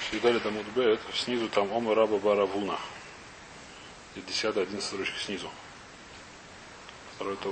Читали там Утбет, снизу там Ома Раба Баравуна. 10-11 строчки снизу. Второй то.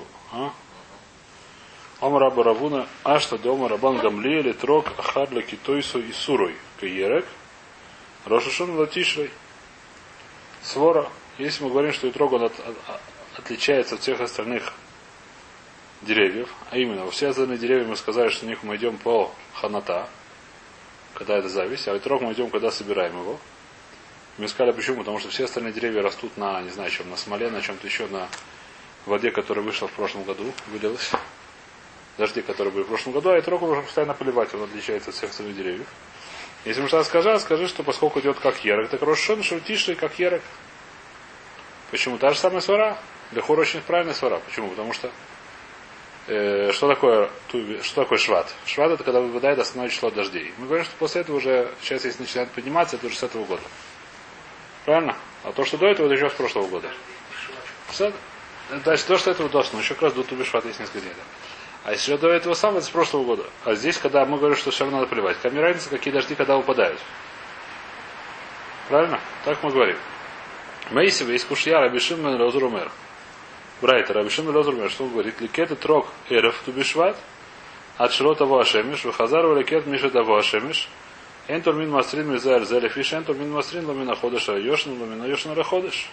Ома Раба Равуна, Ашта дома Рабан Гамлиэль, Трок, Ахарля Китойсу и Сурой. Каерек. Рошашон Латишрой. Свора. Если мы говорим, что Итрог он отличается от всех остальных деревьев, а именно, во все остальные деревья мы сказали, что у них мы идем по ханата, когда это зависть, а Итрог мы идем, когда собираем его. Мы сказали, почему? Потому что все остальные деревья растут на, не знаю, чем, на смоле, на чем-то еще, на воде, которая вышла в прошлом году, вылилась. Дожди, которые были в прошлом году, а Итрог нужно постоянно поливать, он отличается от всех остальных деревьев. Если мы что скажи, что поскольку идет как ерек, так Рошашон Шутиши как ерек. Почему? Та же самая свара. Лехор очень правильная свара. Почему? Потому что что такое шват? Шват это когда выпадает основное число дождей. Мы говорим, что после этого уже, сейчас если начинает подниматься, это уже с этого года. Правильно? А то, что до этого, это еще с прошлого года. Дальше то, что этого должно. Еще как раз до Тубишват есть несколько дней. Да. А если до этого самого, это с прошлого года. А здесь, когда мы говорим, что все равно надо поливать. Какая разница, какие дожди, когда выпадают. Правильно? Так мы говорим. Маисива из Кушья Рабишим Лозрумер. Брайта Рабишим Лозрумер. Что он говорит? Ликет трок эрф Тубишват. От широта Вашемиш. Выхазару ликет Мишета Вашемиш. Энтур мин мастрин мизаэр зелефиш. Энтур мин мастрин ламина ходыш айошин ламина йошин раходыш.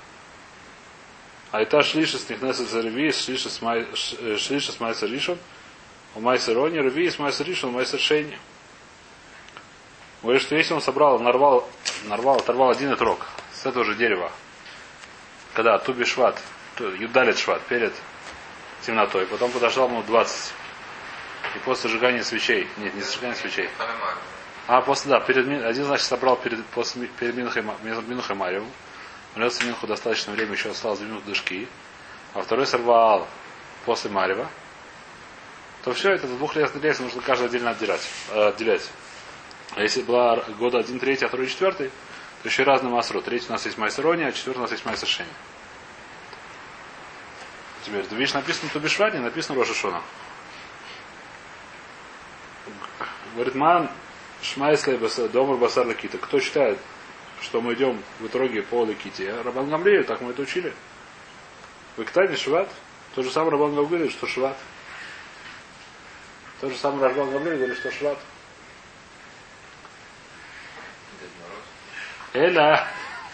Айта шлишес нихнесет зарви, шлишес майсер ришон, у майсер рони, рви, майсер ришон, майсер шейни. Говорит, что если он собрал, оторвал один отрог с этого же дерева, когда туби шват, юдалит шват, перед темнотой, потом подождал ему 20, и после сжигания свечей, нет, не сжигания свечей, после, да, один, значит, собрал перед Минухой Мариевым, молился Минху достаточное время, еще осталось 2 минуты до шки, а второй сорвал после Марева, то все это в 2 лес нужно каждый отдельно отделять. А если была года 1 третий, а 2 четвертый, то еще разный масру. 3 у нас есть майсерони, а 4 у нас есть майсершени. Теперь, ты видишь, написано Тубишвани, написано Рошашона. Говорит, ман шмайслей домар басар лакита. Кто считает, что мы идем в итоге по лаките? Рабан Гамлиэль, так мы это учили. В Иктане шват. То же самое Рабан Гамлиэль говорит, что шват. То же самое Рабан Гамлиэль говорит, что шват. Эля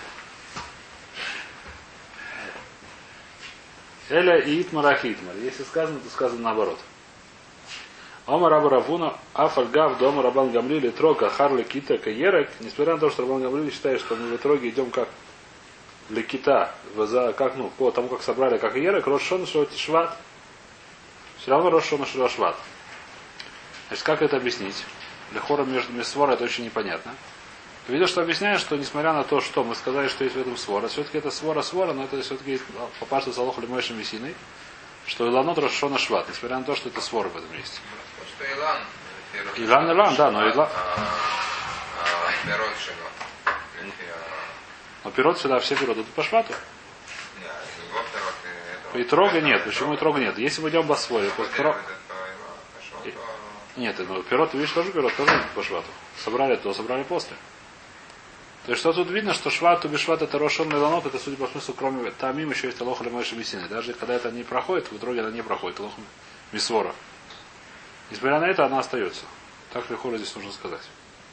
и Итмар Ахитмар. Если сказано, то сказано наоборот. Ома Раба Равуна, Афальгав, Дома Рабан Гамлиэль, Трока, Харли Кита, Каерек. Несмотря на то, что Рабан Гамлиэль считает, что мы в итоге идем как для кита, по тому, как собрали, как Ерек, Рошон Шват. Все равно Рошон Шват. Значит, как это объяснить? Для хора между свора это очень непонятно. Видишь, что объясняет, что несмотря на то, что мы сказали, что есть в этом свора, все-таки это свора, но это все-таки есть попарство Салох или Мойшем Висиной, что Иланот Рошона Шват, несмотря на то, что это свора в этом месте. Илан, да, но Илан. Но пирот сюда, все пирот, это по швату. И трога нет. Почему и трога нет? Если мы идем по своей, нет, пирот, видишь, тоже пирот, тоже по швату. Собрали то, собрали после. То есть что тут видно, что шват, тубишват это рошон меланот, это судя по смыслу, кроме тамим, еще есть алоха лемайши висины. Даже когда это не проходит, в итоге она не проходит, алоха мисвора. Несмотря на это, она остается. Так легко здесь нужно сказать.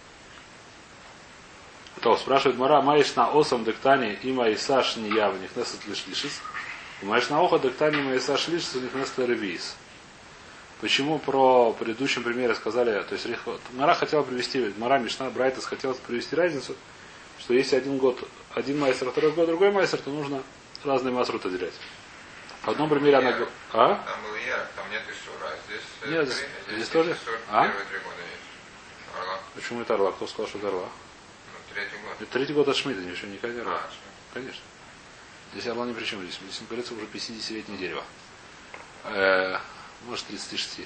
То, спрашивает Мара, маиш на осам дектани има исаш не яв, нихнесет лишь лишис. Маиш на оха дектани има исаш лишис, нихнесет ревиис. Почему про предыдущем примере сказали, то есть Мара хотела привести, Мара Мишна Брайтас хотела привести разницу, что если один майстер, второй год, другой майстер, то нужно разные майстеры делять. В одном примере она говорит, Там был Ярок, там нет Исура, здесь... Нет, здесь тоже? Первые 3 года есть. Орла. Почему это орла? Кто сказал, что это орла? Третий год. Это 3-й год от Шмида, ничего, никогда не орла. Конечно. Здесь орла ни при чем. Здесь говорится уже 50-летнее дерево. Может 36.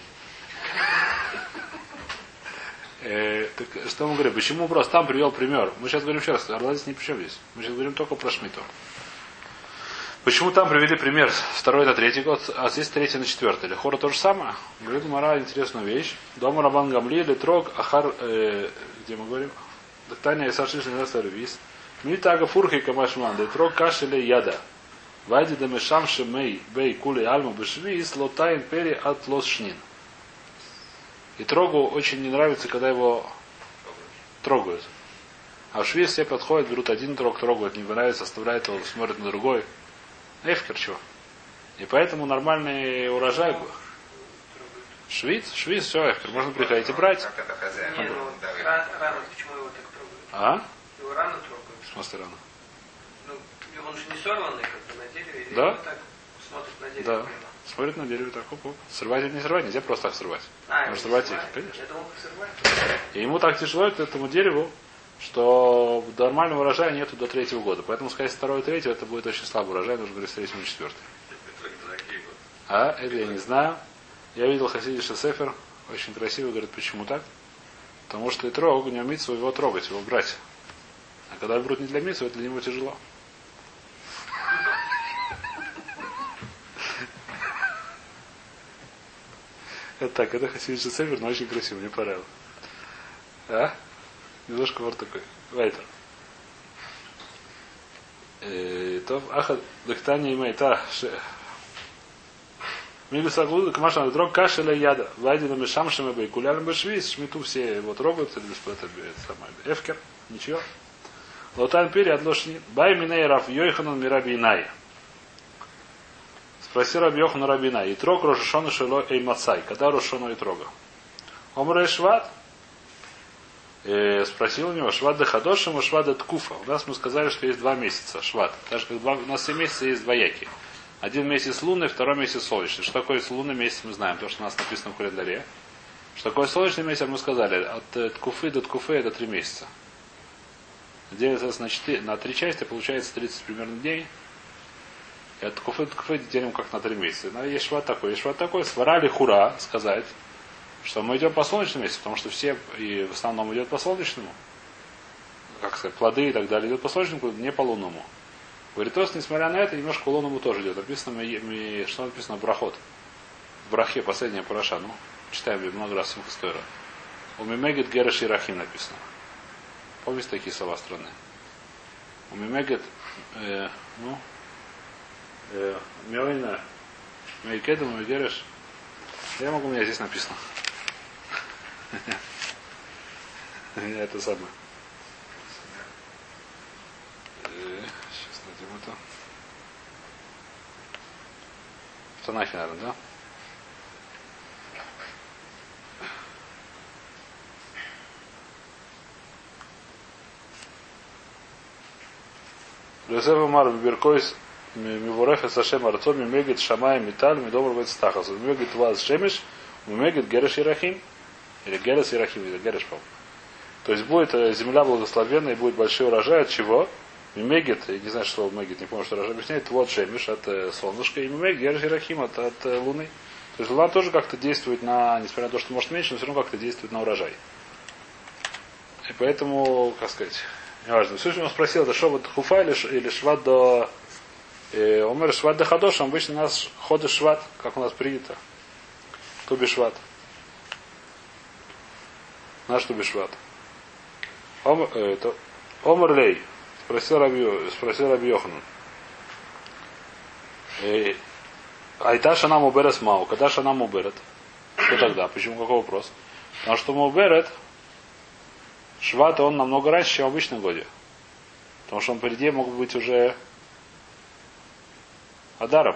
Так, что мы говорим? Почему просто там привел пример? Мы сейчас говорим еще раз, орла здесь ни при чем здесь. Мы сейчас говорим только про Шмиту. Почему там привели пример 2-й на 3-й год, а здесь 3-й на 4-й? Или хора то же самое? Говорит Мара интересную вещь. Дома Рабан Гамлиэль, Трог, Ахар, где мы говорим? Дактания и Сашишный Настарвис. Митага фурхи камашман, да трог кашеле яда. Вайди да мешам шемей бей кули альма бешвис лотайн пери от лос шнин. И трогу очень не нравится, когда его трогают. А в швиз все подходят, берут один трог, трогают, не нравится, оставляют его, смотрят на другой. Эфкер чего. И поэтому нормальный урожай был. Швиц, все, эфкер. Можно приходить и брать. Как это хозяин? Не, ну, рано, почему его так трогают? А? Его рано трогают. В смысле рано? Ну, он же не сорванный как-то на дереве. Или Да? он так смотрит на дерево? Да. Прямо? Смотрит на дерево так, оп-оп. Срывать или не срывать, нельзя просто так срывать. Можно срывать их, конечно. Я думал, как срывать. И ему так тяжело этому дереву, что нормального урожая нету до 3-го года. Поэтому сказать 2-й и 3-й, это будет очень слабый урожай, нужно говорить с 3-м и 4-м. А, это я не знаю. Я видел Хасидиша Сефер, очень красивый, говорит, почему так? Потому что и трог, у него митцва его трогать, его брать. А когда берут не для митцва, это для него тяжело. Это так, это Хасидиша Сефер, но очень красиво, мне понравилось. А? Немножко вот такой. Вайтер. То ахад дыхтание имеет. Мигусаглуда камашан дрог кашеля яда. Вайдина мешамшами бей кулялем бешвиз. Шмиту все его трогают. Это самое эфкер. Ничего. Лотан пири отложни. Бай миней раф йойханан мираби иная. Спроси Раби Йохану Раби Иная. И трог рошашона шело эй мацай. Когда рошашона и трога? Омрей шват. Спросил у него, шват де хадошим и шват де ткуфа. У нас мы сказали, что есть 2 месяца, шват. Даже как у нас 7 месяцев есть двоякие. Один месяц лунный, второй месяц солнечный. Что такое лунный месяц, мы знаем, потому что у нас написано в календаре. Что такое солнечный месяц, мы сказали, от ткуфы до ткуфы это 3 месяца. Делится на 3 части, получается 30 примерно дней. И от ткуфы до ткуфы делим как на 3 месяца. Но есть шват такой, сварали хура, сказать, что мы идем по солнечному месяцу, потому что все и в основном идет по солнечному. Как сказать, плоды и так далее идет по солнечному, не по лунному. Говорит, то, несмотря на это, немножко по лунному тоже идет. Написано, что написано брахот. В брахе, последняя параша, ну, читаем много раз Симхастойра. У Мимегет Гереш Ирахим написано. Помните такие слова странные? У Мимегет, Мелина, Мейкедом, Мегереш. Я могу, у меня здесь написано. Это самое. Сейчас найдем это. В Танахе, наверное, да? Рюсеф Амар Биберкойс Мивореха Сашем Арцо Мимегет Шамай Металь Мидобр Вецтахас Мимегет Ваз Шемиш Мимегет Гереш Ирахим или Герес Ирахим, или Гереш, по-моему. То есть будет земля благословенная и будет большой урожай от чего? Мимегет, я не знаю, что Мегет, не помню, что урожай объясняет, вот Шемиш от солнышка, и Мимегет Гереш Ирахим от луны. То есть луна тоже как-то действует на, несмотря на то, что может меньше, но все равно как-то действует на урожай. И поэтому, как сказать, неважно. Все, что он спросил, это шоват хуфа или шват до Омер шват до хадош, обычно у нас ходит шват, как у нас принято. Туби шват. Наш туби шват. Омер лей. Спросил Раби Йоханан. Айта шана муберет мау. Когда шана муберет? Что тогда? Почему? Какой вопрос? Потому что муберет шват он намного раньше, чем в обычном годе. Потому что он, по идее, мог быть уже адаром.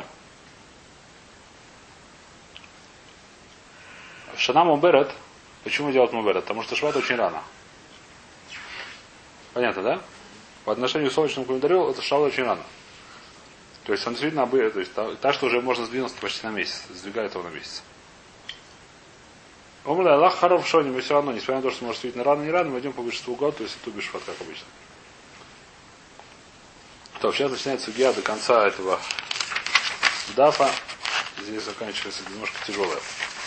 Шана муберет. Почему делать муберет? Потому что шват очень рано. Понятно, да? По отношению к солнечному календарю это шват очень рано. То есть он действительно то есть та, что уже можно сдвинуться почти на месяц. Сдвигает его на месяц. Омля Аллах Харов Шони, мы все равно, несмотря на то, что может действительно рано, не рано, мы идем по большинству года, то есть тубишь шват, как обычно. То, сейчас начинается геа до конца этого дафа. Здесь заканчивается немножко тяжелое.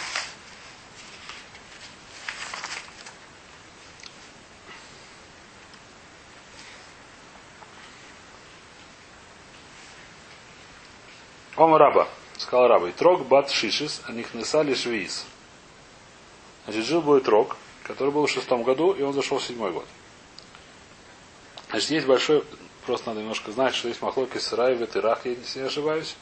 Ома раба, сказал раба, и трог бат шишис, а них несали швиис. Значит, жил был Трог, который был в 6 году, и он зашел в 7 год. Значит, есть большой, просто надо немножко знать, что есть махлокис Райвет и Рах, если не ошибаюсь.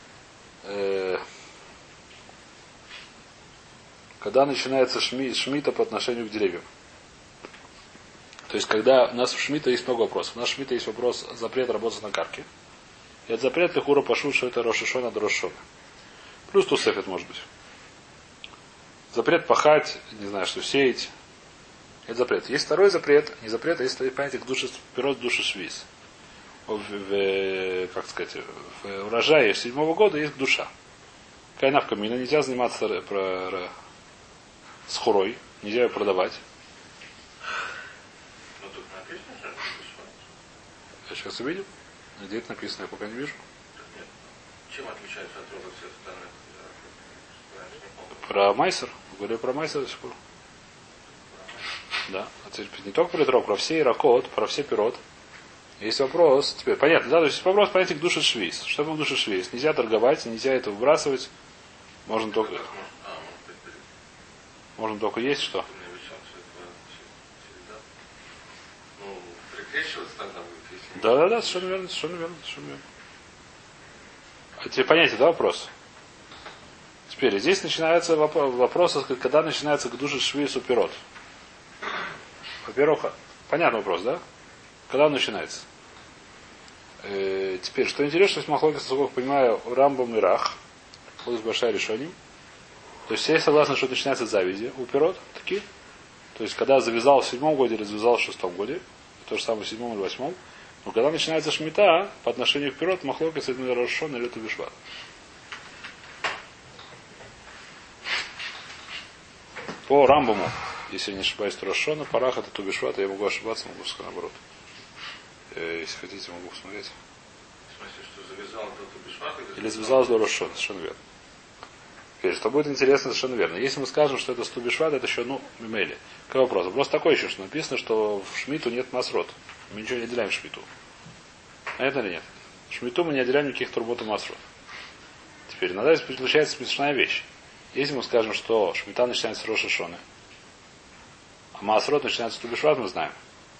Когда начинается шмита по отношению к деревьям. То есть, когда у нас в шмита есть много вопросов. У нас в шмита есть вопрос запрет работать на карке. И это запрет лихура пашут, что это рошишона до рошишона. Плюс тусефет может быть. Запрет пахать, не знаю, что сеять. Это запрет. Есть второй запрет, не запрет, а есть понятие к душе пирот, души швиз. Как сказать, в урожае 7-го года есть душа. Кайнавка мина, нельзя заниматься с хурой, нельзя ее продавать. Ну тут написано, что это Я сейчас увидим. Где это написано, я пока не вижу. нет. Чем отличается от рода всех остальных? Про майсер. Говорю про майсер до сих пор. Да. А теперь не только про трог, про все иракот, про все пирот. Есть вопрос. Теперь понятно, да? То есть вопрос понятия к душе швейц. Что такое душе швейц? Нельзя торговать, нельзя это выбрасывать. Можно только есть что? Ну, прикрещиваться тогда будет, если... Да, совершенно верно, совершенно верно. А теперь понятие, да, вопрос? Теперь здесь начинается вопрос, когда начинается к душе швейц у пирот. Во-первых, понятный вопрос, да? Когда он начинается? Теперь, что интересно, что Махлокис, насколько я понимаю, Рамбам и Рах, Ходос большая решением. То есть все согласны, что начинается завязи у пирот, такие. То есть, когда завязал в 7-м годе или завязал в 6-м годе, то же самое в 7-м или 8-м. Но когда начинается шмита, по отношению к пирот, Махлокис это Рошон или Тубишват. По Рамбаму, если я не ошибаюсь, то Рошона, Парах это Тубишват, я могу ошибаться, могу сказать наоборот. Если хотите, могу посмотреть. В смысле, что завязал до Тубишвата? Или завязалось до Рошона, совершенно верно. Теперь, что будет интересно, совершенно верно. Если мы скажем, что это Стубишват, это еще, мимели. Какой вопрос? Вопрос такой еще, что написано, что в Шмиту нет масрот. Мы ничего не отделяем в Шмиту. Понятно или нет? В Шмиту мы не отделяем никаких турбот и масрот. Теперь, иногда здесь получается смешная вещь. Если мы скажем, что Шмита начинается с Роша Шоны, а масрот начинается с Тубишват, мы знаем.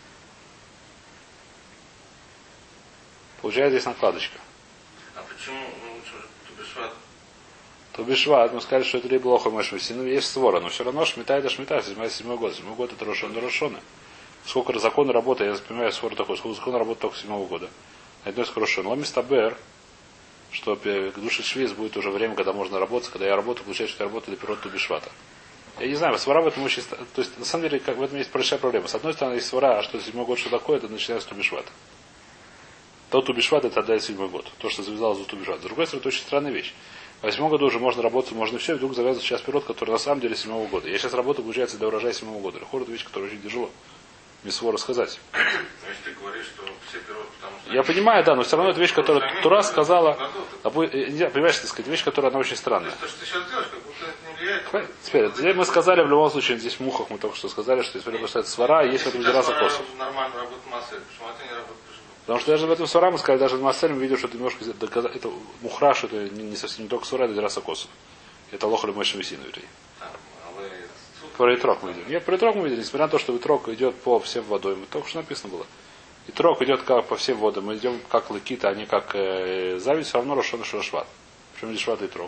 Получается здесь накладочка. А почему лучше Тубишват? Тубишват, мы сказали, что это либо лоха Машмиси, есть свора, но все равно шмита это шмита, 7-й год. 7-й год это Рошон до Рошона. Сколько законы работы, я понимаю, свора такой, сколько законы работы только 7-го года. Одно из Рошон. Ламистабер, что к душе швейц будет уже время, когда можно работать, когда я работаю, получается, что я работаю до пирот Тубишвата. Я не знаю, свора в этом очень... То есть, на самом деле, в этом есть большая проблема. С одной стороны, есть свора, а что 7-й год, что такое, это начинается с Тубишвата. Тот Тубишват это отдает 7-й год. То, что завязалось за Тубишват. С другой стороны, это очень странная вещь. В 8-м году уже можно работать, можно все, и вдруг завязывается сейчас пирот, который на самом деле 7-го года. Я сейчас работаю, получается, до урожая 7-го года. Хор это вещь, которая очень тяжело. Без свора сказать. То есть ты говоришь, что все пирот, потому что... Я понимаю, да, но все равно это вещь, которую Тура сказала. Нельзя, понимаешь, так сказать, вещь, которая она очень странная. То, что ты сейчас делаешь, как будто это не влияет. Теперь мы сказали в любом случае, здесь в мухах мы только что сказали, что если это свара, есть в этом дераса косов. Нормально работает масса, почему это не работает? Потому что даже в этом свара мы сказали, даже в Масселе мы видим, что это немножко это мухраш, это не совсем не только свара, это дераса косов. Это лохали мыши висину евреи. Про итрок мы видим. Нет, про итрок мы видели, несмотря на то, что итрок идет по всем водой. Мы только что написано было. Итрок идет как по всем водам. Мы идем как лакита, а не как зависть, все равно Рошон и Шашват. Причем здесь шват и итрок.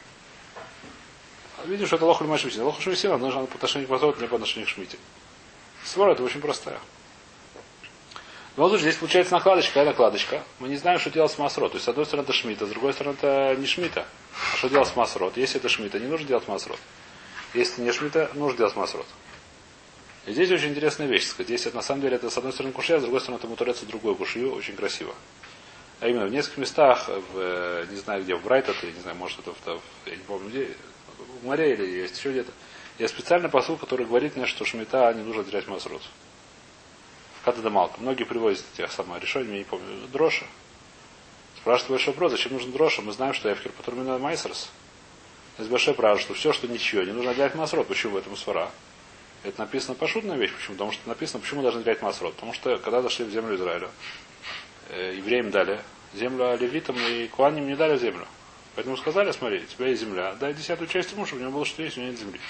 Видим, что это лохали мыши висину. Лохали мыши висину нужно по отношению к Масрот, не по отношению к Шмите. Свара это очень простая. Но тут здесь получается накладочка. Какая накладочка? Мы не знаем, что делать с Масрот. То есть, с одной стороны, это Шмита, с другой стороны, это не Шмита. А что делать с Масрот? Если это Шмита, не нужно делать Масрот. Если не Шмита, нужно делать Масрот. И здесь очень интересная вещь. Здесь это, на самом деле это с одной стороны кушья, с другой стороны это мутарется другую кушью. Очень красиво. А именно в нескольких местах, не знаю где, в Брайтот, я не знаю, может это я не помню где, в море или есть еще где-то. Есть специальный посыл, который говорит мне, что Шмита не нужно терять Масрот. Катада Малка. Многие приводят тех самых решений, я не помню, Дроша. Спрашивает большой вопрос, зачем нужен Дроша? Мы знаем, что Эфкер Патурмина Майсерс. Есть большое правило, что все, что ничего, не нужно отделять Масрот. Почему в этом свара? Это написано пошутная вещь. Почему? Потому что написано, почему должны отделять Масрот. Потому что когда зашли в землю Израиля, евреям дали землю, а левитам и куаним не дали землю. Поэтому сказали, смотри, у тебя есть земля, дай 10-ю часть ему, чтобы у него было что есть, у него нет земли.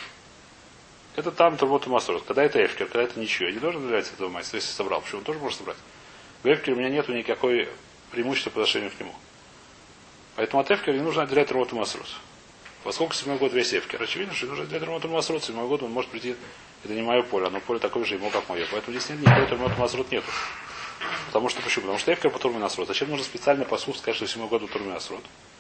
Это там работа Масрот. Когда это Эфкер, когда это ничего. Я не должен отделять этого майстра, если собрал. Почему? Он тоже может собрать. В эфкере у меня нету никакой преимущества по отношению к нему. Поэтому от эфкера не нужно отделять Трумоту Масрут. Поскольку 7-й год весь эфкер, очевидно, что не нужно отделять Трумоту Масрут. 7-й год он может прийти, это не мое поле, оно поле такое же ему, как мое. Поэтому здесь нет никакой Трумоту Масрут нету. Потому что почему? Потому что эфкер по Турме Насрут. Зачем нужно специально послух сказать, что 7-й год у Турме Насрут?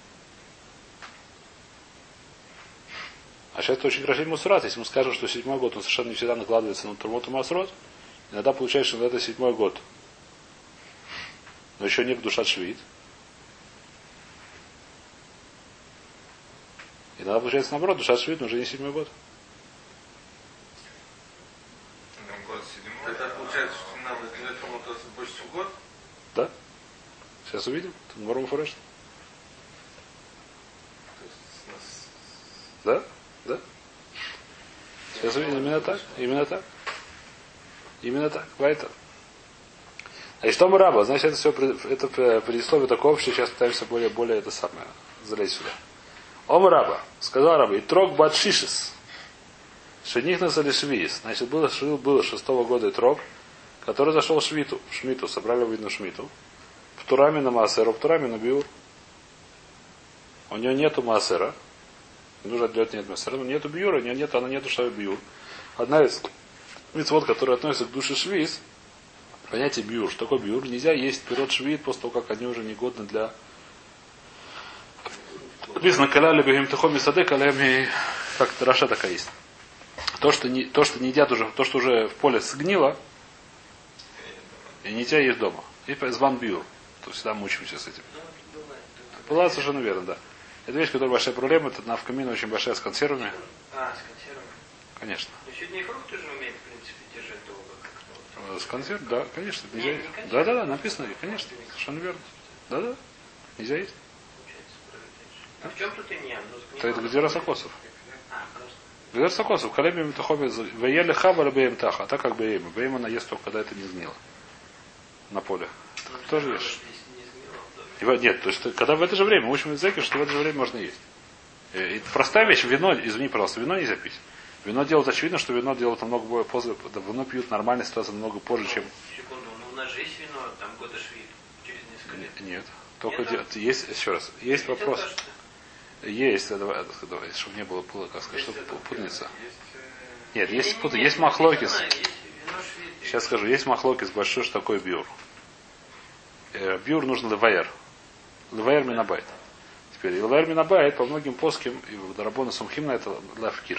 А сейчас это очень красивый мусорат. Если мы скажем, что 7-й год он совершенно не всегда накладывается на Турмоту Масрут, иногда получается, что это 7-й год. Но еще не Бдушат Швид. И иногда получается наоборот, Бдушат Швид, но уже не 7-й год. Год 7-й. Тогда получается, что надо делать кому-то больше год? Да? Сейчас увидим. Тут Мором Фуреш. Да? Да? Сейчас увидим. Именно так. Именно так. Именно так. Вайтер. А что мы раба? Значит, это все это предисловие такое общее. Сейчас пытаемся более это самое залезть сюда. Ом раба. Сказал раба. И трог батшишис. Шених насали швиис. Значит, было 6-го года и трог, который зашел в Шмиту. Собрали его видно Шмиту. В Тураме на Маасеру, в Тураме на Биур. У него нету Маасера. Нужно отделять нет Маасера. Но нету Биура, она нету Шави Биур. Одна из мицвот, которая относится к душе Швиис, понятие Биур. Что такое Биур? Нельзя есть пирот Швид после того, как они уже негодны для... Написано, каляли бегем тихоми садек, калями... Как Раша такая есть. То, что не едят уже, то, что уже в поле сгнило, и не тебя есть дома. И зван Биур. То всегда мучаемся с этим. Была совершенно верно, да. Это вещь, которая большая проблема, это навкамина очень большая с консервами. А, с консервами. Конечно. Но сегодня и фрукты же умеют, в принципе, держать долго как-то. С консерв, да, конечно. Нельзя Не, есть. не консерв. Да, написано, конечно. Совершенно верно. Да. Нельзя есть. А в чем тут иньян? Это где Расакосов. А, просто. Где Расакосов. Калеби Митахоби Ваели Хаба Беем Таха. А так как Беем. Беем она ест только, когда это не сгнило. На поле. Тоже ешь. Нет, то есть, когда в это же время, мы учим из зэки, что в это же время можно есть. И простая вещь, вино, извини, пожалуйста, вино нельзя пить. Вино делают, очевидно, что вино делают намного более позже, вино пьют нормально ситуация намного позже, чем... Секунду, но у нас же есть вино, там года швид, через несколько лет. Нет. Только есть, еще раз, есть вопрос. Есть, давай, чтобы не было, как сказать, чтобы путаница. Нет, есть махлокис. Сейчас скажу, есть махлокис большой, что такое биур. Биур нужно леваер. Леваер минабайт. Теперь леваер минабайт по многим плоским, и в Дарабона Сумхим на это лавкир.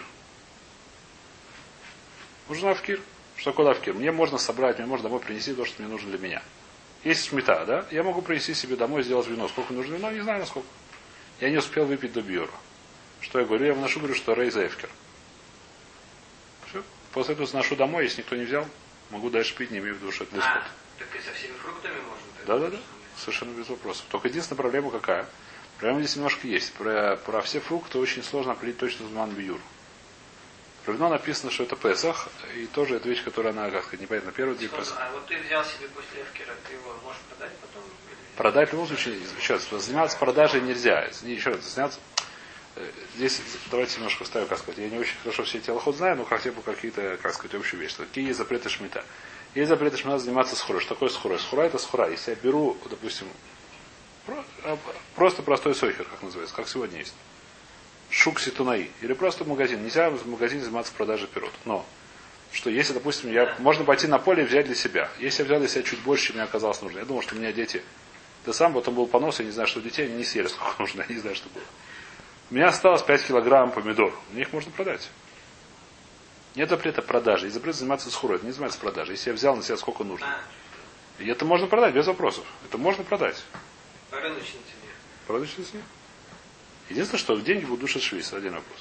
Нужен лавкир. Что такое лавкир? Мне можно собрать, мне можно домой принести то, что мне нужно для меня. Есть шмита, да? Я могу принести себе домой, сделать вино. Сколько нужно вино? Не знаю, насколько. Я не успел выпить до биура. Что я говорю? Я вношу, говорю, что рейз эфкер. Все. После этого сношу домой, если никто не взял, могу дальше пить, не имею в виду, что это для скота. Так и со всеми фруктами можно? Да. Совершенно без вопросов. Только единственная проблема какая? Проблема здесь немножко есть. Про все фрукты очень сложно определить точно зман биюр. Про вино написано, что это Песах, и тоже это вещь, которая она, как сказать, непонятно, первый день Песах. А вот ты взял себе после эфкера, ты его можешь продать потом? Продать в любом случае, еще раз, заниматься продажей нельзя. Еще раз, заняться. Здесь давайте немножко вставим, как сказать. Я не очень хорошо все эти алахот знаю, но хотя бы какие-то, как сказать, общие вещи. Какие есть запреты шмита? Есть запреты шмита заниматься схурой. Что такое схура? Схура это схура. Если я беру, допустим, просто простой сойхер, как называется, как сегодня есть. Шук ситунаи. Или просто магазин. Нельзя в магазине заниматься продажей пирот. Но, что если, допустим, можно пойти на поле и взять для себя. Если я взял для себя чуть больше, чем мне оказалось нужно. Я думал, что у меня дети. Да сам потом был понос, я не знаю, что у детей они не съели, сколько нужно, я не знаю, что было. У меня осталось 5 килограмм помидор. Мне их можно продать. Нет запрета продажи. И запрет заниматься схурой. Это не занимается продажей. Если я взял на себя сколько нужно. И это можно продать без вопросов. Это можно продать. По рыночной цене. По рыночной цене. Единственное, что деньги будут душить швейц. Один вопрос.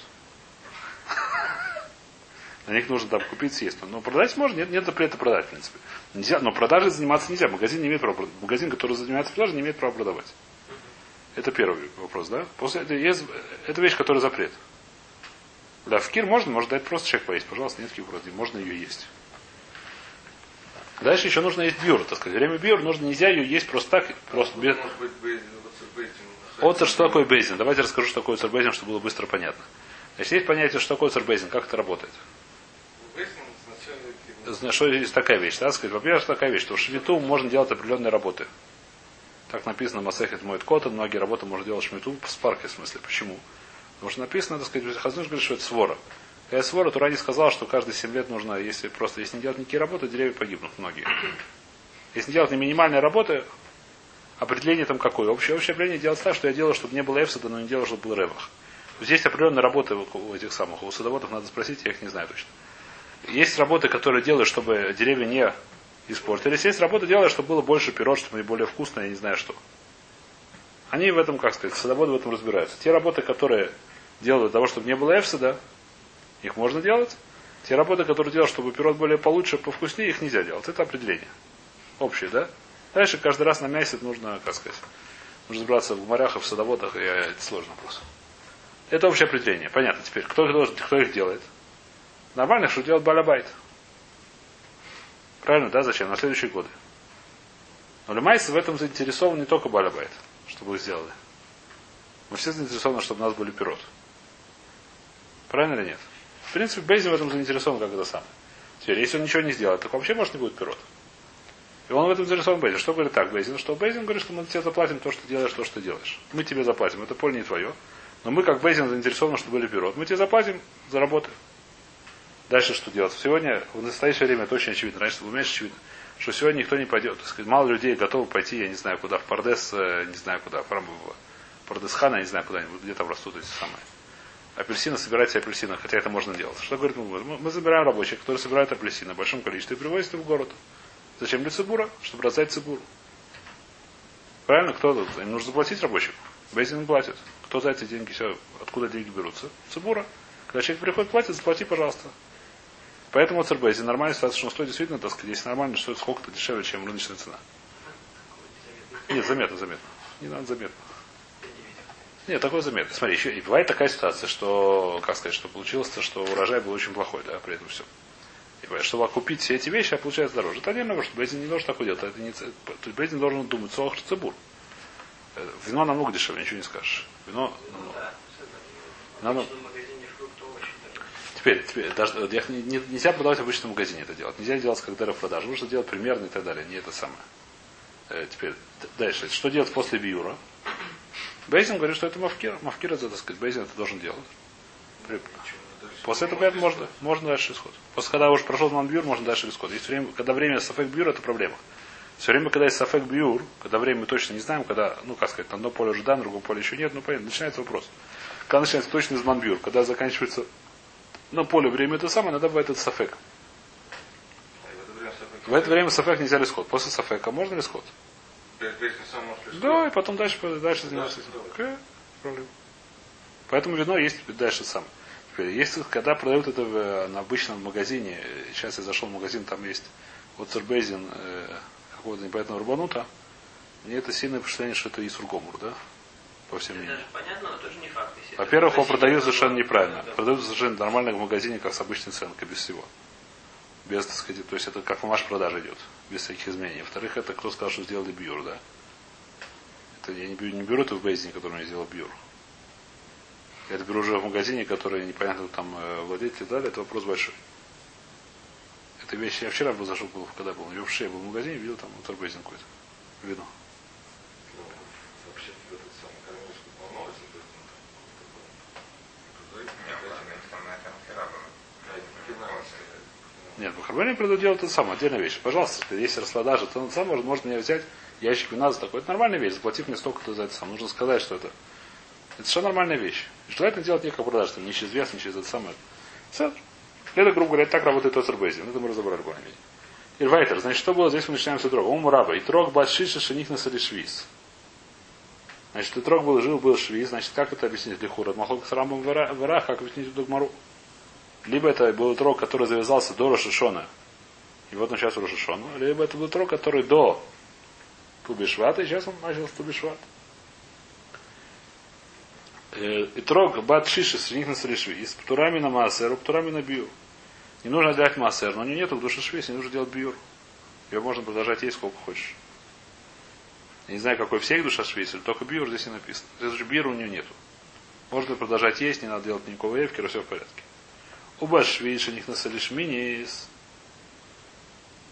На них нужно там купить, съесть. Но продать можно, нет запрета продать, в принципе. Нельзя, но продажей заниматься нельзя. Магазин не имеет права продавать. Магазин, который занимается продажей, не имеет права продавать. Это первый вопрос, да? После этого есть это вещь, которая запрет. Да, в кир можно дать просто человек поесть. Пожалуйста, нет таких вроде. Можно ее есть. Дальше еще нужно есть биур, так сказать. Время биур нужно, нельзя ее есть просто так, просто без. Оцер, что такое бейзин? Давайте расскажу, что такое цербейзин, чтобы было быстро понятно. Значит, есть понятие, что такое цербейзин, как это работает. что есть такая вещь, да, сказать. Во-первых, такая вещь, что в швиту можно делать определенные работы. Так написано Масехет Моэд Котан, многие работы можно делать в швиту с паркой, в смысле. Почему? Потому что написано, так сказать, Хазнуш говорит, что это свора. Когда свора, Тура не сказал, что каждые 7 лет нужно, если не делать никакие работы, деревья погибнут многие. Если не делать не минимальные работы, определение там какое? Общее определение делать так, что я делаю, чтобы не было эфсада, но не делаю, чтобы был ревах. Здесь определенные работы у этих самых, у садоводов надо спросить, я их не знаю точно. Есть работы, которые делают, чтобы деревья не испортились. Есть работы, делают, чтобы было больше пирот, чтобы они более вкусные, я не знаю что. Они в этом, как сказать, садоводы в этом разбираются. Те работы, которые делают для того, чтобы не было эфсада, их можно делать. Те работы, которые делают, чтобы пирот более получше, повкуснее, их нельзя делать. Это определение. Общее, да? Дальше каждый раз на мясе нужно, как сказать, нужно разбираться в морях и в садоводах, и это сложный вопрос. Это общее определение. Понятно теперь. Кто их делает? Нормально, что делает балабайт. Правильно, да? Зачем? На следующие годы. Но лемайс в этом заинтересован не только балабайт, чтобы их сделали. Мы все заинтересованы, чтобы у нас были пирот. Правильно или нет? В принципе, Бейзин в этом заинтересован, как это самое. Теперь, если он ничего не сделает, то вообще, может, не будет пирот. И он в этом заинтересован Бейзин. Что говорит так Бейзин? Что Бейзин говорит, что мы тебе заплатим то, что делаешь, то, что ты делаешь. Мы тебе заплатим. Это поле не твое. Но мы, как Бейзин, заинтересованы, чтобы были пирот. Мы тебе заплатим за работу. Дальше что делать? Сегодня, в настоящее время, это очень очевидно. Раньше было меньше очевидно, что сегодня никто не пойдет. Так сказать, мало людей готовы пойти, я не знаю куда, в Пардес, не знаю куда, в Пардесхан, я не знаю куда-нибудь, где там растут эти самые. Апельсины, собирайте апельсины, хотя это можно делать. Что говорит мы забираем рабочих, которые собирают апельсины в большом количестве и привозят их в город. Зачем для цибура? Чтобы раздать цибуру. Правильно? Кто тут? Им нужно заплатить рабочих. Бейзин платит. Кто за эти деньги? Все, откуда деньги берутся? Цибура. Когда человек приходит, платит, заплати, пожалуйста. Поэтому Цербейзин нормально ситуация, что он стоит действительно, так сказать, если нормально, стоит сколько-то дешевле, чем рыночная цена. Нет, заметно. Не надо заметно. Нет, такое заметно. Смотри, еще и бывает такая ситуация, что, как сказать, что получилось, что урожай был очень плохой, да, при этом все. И бывает, чтобы окупить все эти вещи, а получается дороже. Это отдельно, что Бейзин не должен такое делать. Это не, то есть Бейзин должен думать, цох цибур. Вино намного дешевле, ничего не скажешь. Вино намного. Теперь даже, нельзя продавать в обычном магазине это делать. Нельзя делать как дыра в продаже. Нужно делать примерно и так далее. Не это самое. Теперь дальше. Что делать после биюра? Бейзин говорит, что это мафкир. Мафкир это, так сказать, Бейзин это должен делать. После этого можно дальше исход. После когда уже прошел манбюр, можно дальше исход. Есть время, когда время сафек бьюр, это проблема. Все время, когда есть сафек бьюр, когда время мы точно не знаем, когда, ну как сказать, на одно поле уже да, на другом поле еще нет, ну понятно, начинается вопрос. Когда начинается точно из манбюр, когда заканчивается на поле время это самое, иногда бывает это сафек. В это время сафек нельзя ли исход. После сафека можно ли исход? Да, и потом дальше заниматься этим. Проблема. Поэтому вино есть дальше сам. Теперь, если когда продают это на обычном магазине, сейчас я зашел в магазин, там есть вот Цербейзин какого-то непонятного рубанута, мне это сильное впечатление, что это Исургомур, да? По всем мнениям. Понятно, но тоже не факт. Во-первых, его продают совершенно неправильно. Продают совершенно нормально в магазине, как с обычной ценкой, без всего. Без, так сказать, то есть это как в продажа идет, без всяких изменений. Во-вторых, это кто сказал, что сделали бьюр, да? Это я не беру это в бейзине, который я сделал бьюр. Я это беру уже в магазине, который непонятно там владетель и далее, это вопрос большой. Это вещь, я вчера зашел, когда был, я вообще был в магазине, видел там Торбейзин какой-то. Вино. Нет, в Харбоне продают делать то самое, отдельная вещь. Пожалуйста, если распродажа, то он сам может мне взять ящик вина за такой. Это нормальная вещь, заплатив мне столько-то за это сам. Нужно сказать, что это совершенно нормальная вещь. И желательно делать не как продажа, не через вес, не через это самое. Это, грубо говоря, так работает Тоцербейзин. Это мы разобрали более-менее. Ирвайтер, значит, что было здесь, мы начинаем с Итрога. Умураба. Итрог башиша шених насали швиз. Значит, Итрог был швиз. Значит, как это объяснить Лихура? Махлок с Рамбом в как объяснить Догмару? Либо это был Итрог, который завязался до Рошишона. И вот он сейчас в Рошишону. Либо это был Итрог, который до Тубишвата, и сейчас он начал с Тубишвата. Итрог бат шиши с них насали швиз. Птурами на маасеру, птурами на бию. Не нужно делать массер, но у него нету в душе швейц, не нужно делать бьюр. Его можно продолжать есть сколько хочешь. Я не знаю, какой всех душа швейц, только бьюр здесь не написано. Здесь же бьюра у него нету. Можно продолжать есть, не надо делать никакого эвкера, все в порядке. Оба швейца них насалишь минис.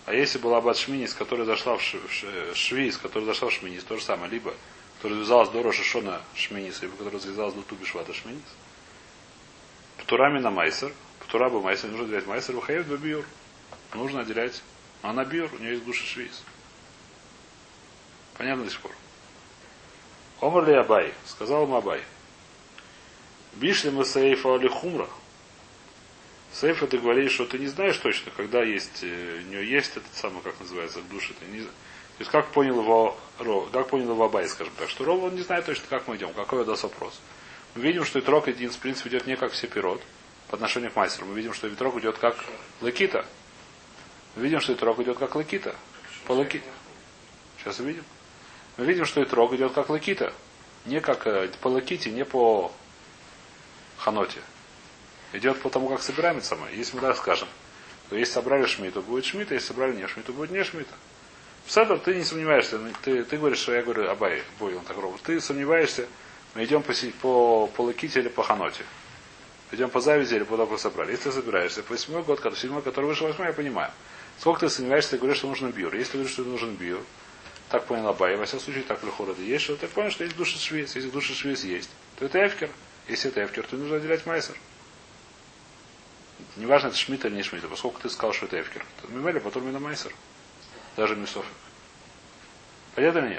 А если была бат Шминис, которая зашла в Швиз, которая зашла в Шминис, то же самое, либо которая завязалась до Роша Шона Шминис, либо которая завязалась до Туби Швата Шминис, Птурами на Майсер, Птураба Майсер, нужно отделять Майсер, Вахаев до Биур. Нужно отделять. А на Биур, у нее есть душа Швиз. Понятно до сих пор? Омар ли Абай, сказал ему Абай. Бишли мы Сейфа али Хумра. Сейфа ты говоришь, что ты не знаешь точно, когда есть, у нее есть этот самый, как называется, душа. Ты не... То есть как понял его Абай, скажем так, что Ров, он не знает точно, как мы идем, какой у нас вопрос. Мы видим, что Итрок один, в принципе, идет не как все пирот по отношению к мастеру. Мы видим, что Итрок идет как Лакита. Мы видим, что Итрок идет как Лакита. По Лаки... Сейчас увидим. Мы видим, что Итрок идет как Лакита. Не как по Лаките, не по Ханоте. Идет по тому, как собираем это самое. Если мы так скажем, то если собрали шмиту, будет шмита, если собрали не шмиту, будет не шмита. В Седер ты не сомневаешься. Ты говоришь, что я говорю Абай, Бой, он так робот. Ты сомневаешься, мы идем по Лаките или по Ханоте. Идем по завязи или по тому, как собрали. Если ты собираешься по 7 год, когда 7, который вышел 8, я понимаю. Сколько ты сомневаешься, ты говоришь, что нужен биур. Если ты говоришь, что нужен биур, так понял Абай, во всяком случае, так лихорода есть, что ты понял, что есть душа швиз. Если душа швиз есть, то это эфкер. Если это эфкер, то нужно отделять майсер. Неважно, это шмита или не шмита, поскольку ты сказал, что это эфкер. То мимели, потом на майсер. Даже мисофик. Понятно или нет?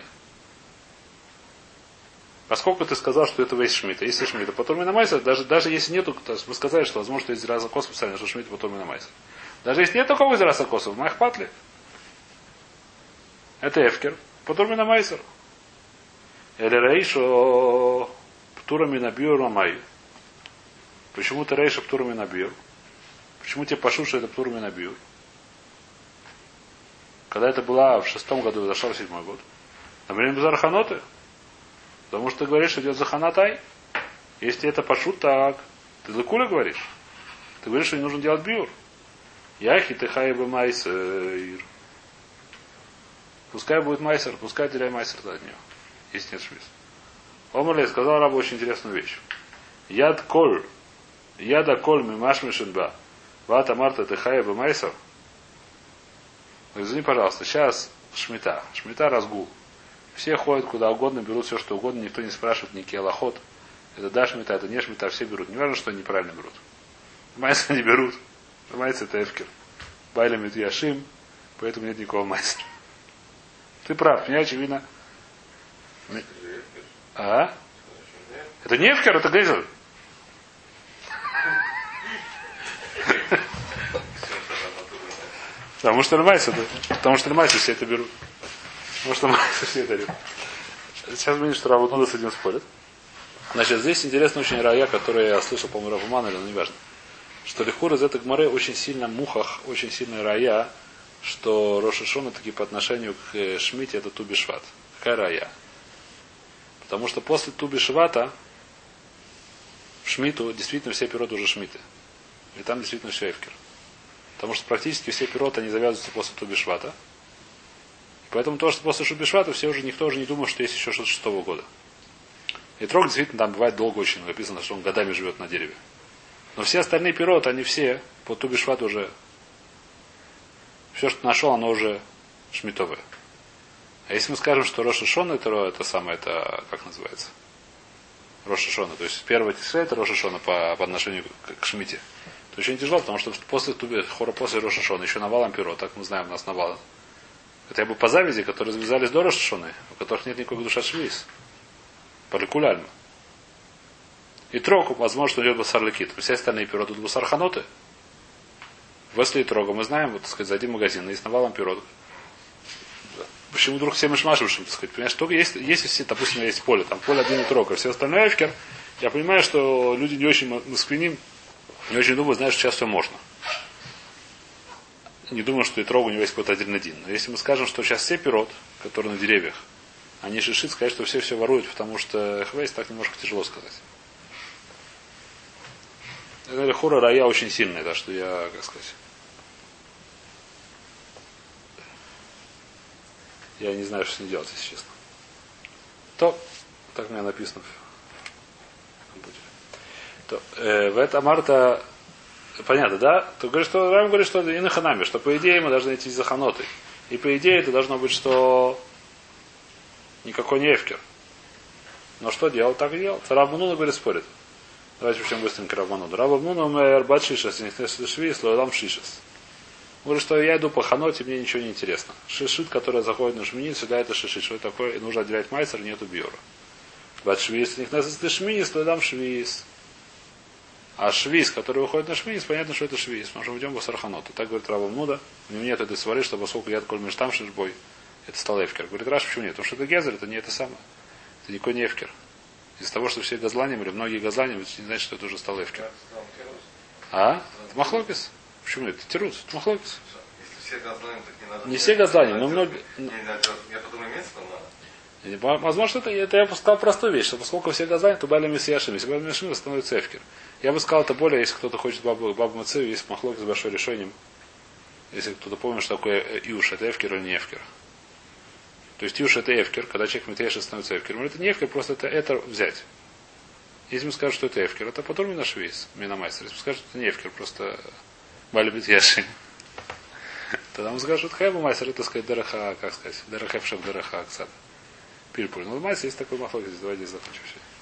Поскольку ты сказал, что это весь шмита, если шмита, потом на майсер, даже если нету, то есть мы сказали, что возможно, что из раза косов специально, что шмита, потом на майсер. Даже если нет такого из раза косов, майхпатли. Это эфкер, потом на майсер. Или рейшо птурами на био рамай. Почему ты рейша птурами на био? Почему тебе пошу, что это птурами на био? Когда это было в 6 году, зашел в 7 год. Например, Зарханоты. Потому что ты говоришь, что идет Заханатай. Если это пошут, так. Ты Лакуля говоришь. Ты говоришь, что не нужно делать биур. Яхи ты хайба майсер. Пускай будет майсер, пускай отделяй майсер от него. Если нет швиз. Омарлей сказал рабу очень интересную вещь. Яд коль. Яда коль мимашмишинба. Вата марта ты хайба майсер. Извини, пожалуйста, сейчас шмита. Шмита разгул. Все ходят куда угодно, берут все, что угодно, никто не спрашивает никакие алахот. Это да шмита, это не шмита, все берут. Не важно, что они неправильно берут. Майса не берут. Майса это эфкер. Байля мит яшим, поэтому нет никакого майса. Ты прав, мне очевидно. А? Это не эфкер, это гейзер. Потому что майса все это берут. Потому что майса все это берут. Сейчас видим, что Равутнуда с этим спорит. Значит, здесь интересная очень рая, которую я слышал, по-моему, Равумана, но неважно. Что Лихур из этой гмары очень сильно мухах, очень сильная рая, что Роша Шона таки по отношению к Шмите это Туби Шват. Какая рая? Потому что после Туби Швата в Шмиту действительно все пироты уже Шмиты. И там действительно все эфкер. Потому что практически все пироты они завязываются после Туби Швата. Поэтому то, что после Туби Швата все уже никто уже не думает, что есть еще что-то 6 года. И трог действительно там бывает долго очень. Написано, что он годами живет на дереве. Но все остальные пироты, они все по Туби Шват уже все, что нашел, оно уже шмитовое. А если мы скажем, что Роша Шона это самое, это как называется? Роша Шона. То есть первый тисре это Роша Шона по отношению к Шмите. Это очень тяжело, потому что после Туби Хора, после Роша Шона еще навалом пиро, так мы знаем, у нас навалом. Хотя бы по завязи, которые завязались до Роша Шоны, у которых нет никакой душа швиз. По лекуляльму. И троку, возможно, что идет басар лекит. Все остальные пироты идут басар ханоты. Если и трога, мы знаем, вот, так сказать, зайди в магазин, есть навалом пирот. Почему вдруг все мышмашившим, так сказать, понимаешь, только если все, допустим, есть поле, там поле один и трога, все остальное эфкер, я понимаю, что люди не очень москвиним, не очень думают, знаешь, сейчас все можно. Не думаю, что и трога у него есть какой-то один. Но если мы скажем, что сейчас все пирот, которые на деревьях, они шишит, сказать, что все воруют, потому что хвейс так немножко тяжело сказать. Это хура рая очень сильная, да, что я, как сказать, я не знаю, что с ней делать, если честно. То, так у меня написано. То, в это марта понятно, да? То говорит, что Рам говорит, что и на ханаме, что по идее мы должны идти за ханотой. И по идее это должно быть, что никакой не эфкер. Но что делал, так и делал. Рабануна, говорит, спорит. Давайте причем быстренько Рабануна. Рабануна мэр бат шишас, не шви, слойлам шишас. Говорит, что я иду по ханоте, мне ничего не интересно. Шишит, которая заходит на шмини, всегда это шишит. Что это такое? И нужно отделять майсер, нету биора. Бат швиз, не шмини, слойлам швиз. А швиз, который выходит на швиз, понятно, что это швиз. Мы уже идем в сарханоту. Так говорит Рабануна. У него нет этой свары, что поскольку я такой между там шишбой, это стал эфкер. Говорит, Раш, почему нет? Потому что это гезер, это не это самое. Это никакой не эфкер. Из-за того, что все газланим, или многие газланим, это не значит, что это уже стал эфкер. А? Это махлокис. Почему нет? Это тирус. Это махлокис. Если все газланим, так не надо. Не все газланим, но многие. Я подумаю, место надо. Возможно, что это я сказал простую вещь, что поскольку все газланим, то Байля Мессияшим. Если Байля Мессияшим, становится эфкер. Я бы сказал это более, если кто-то хочет бабу Мацею, есть махлокис с большой решением. Если кто-то помнит, что такое Иуш, это эфкер или не эфкер. То есть Юш это эфкер, когда человек метеша становится эфкером. Это не эфкер, просто это взять. Если ему скажут, что это эфкер, это потом минашвейс, минамайстер. Если ему скажут, что это не эфкер, просто балибит яши. Тогда ему скажут, хайба майстер, это сказать дераха, как сказать, дераха эфшев, дераха аксад. Пильпуль. Ну, майстер есть такой махлок, здесь давайте закончим все.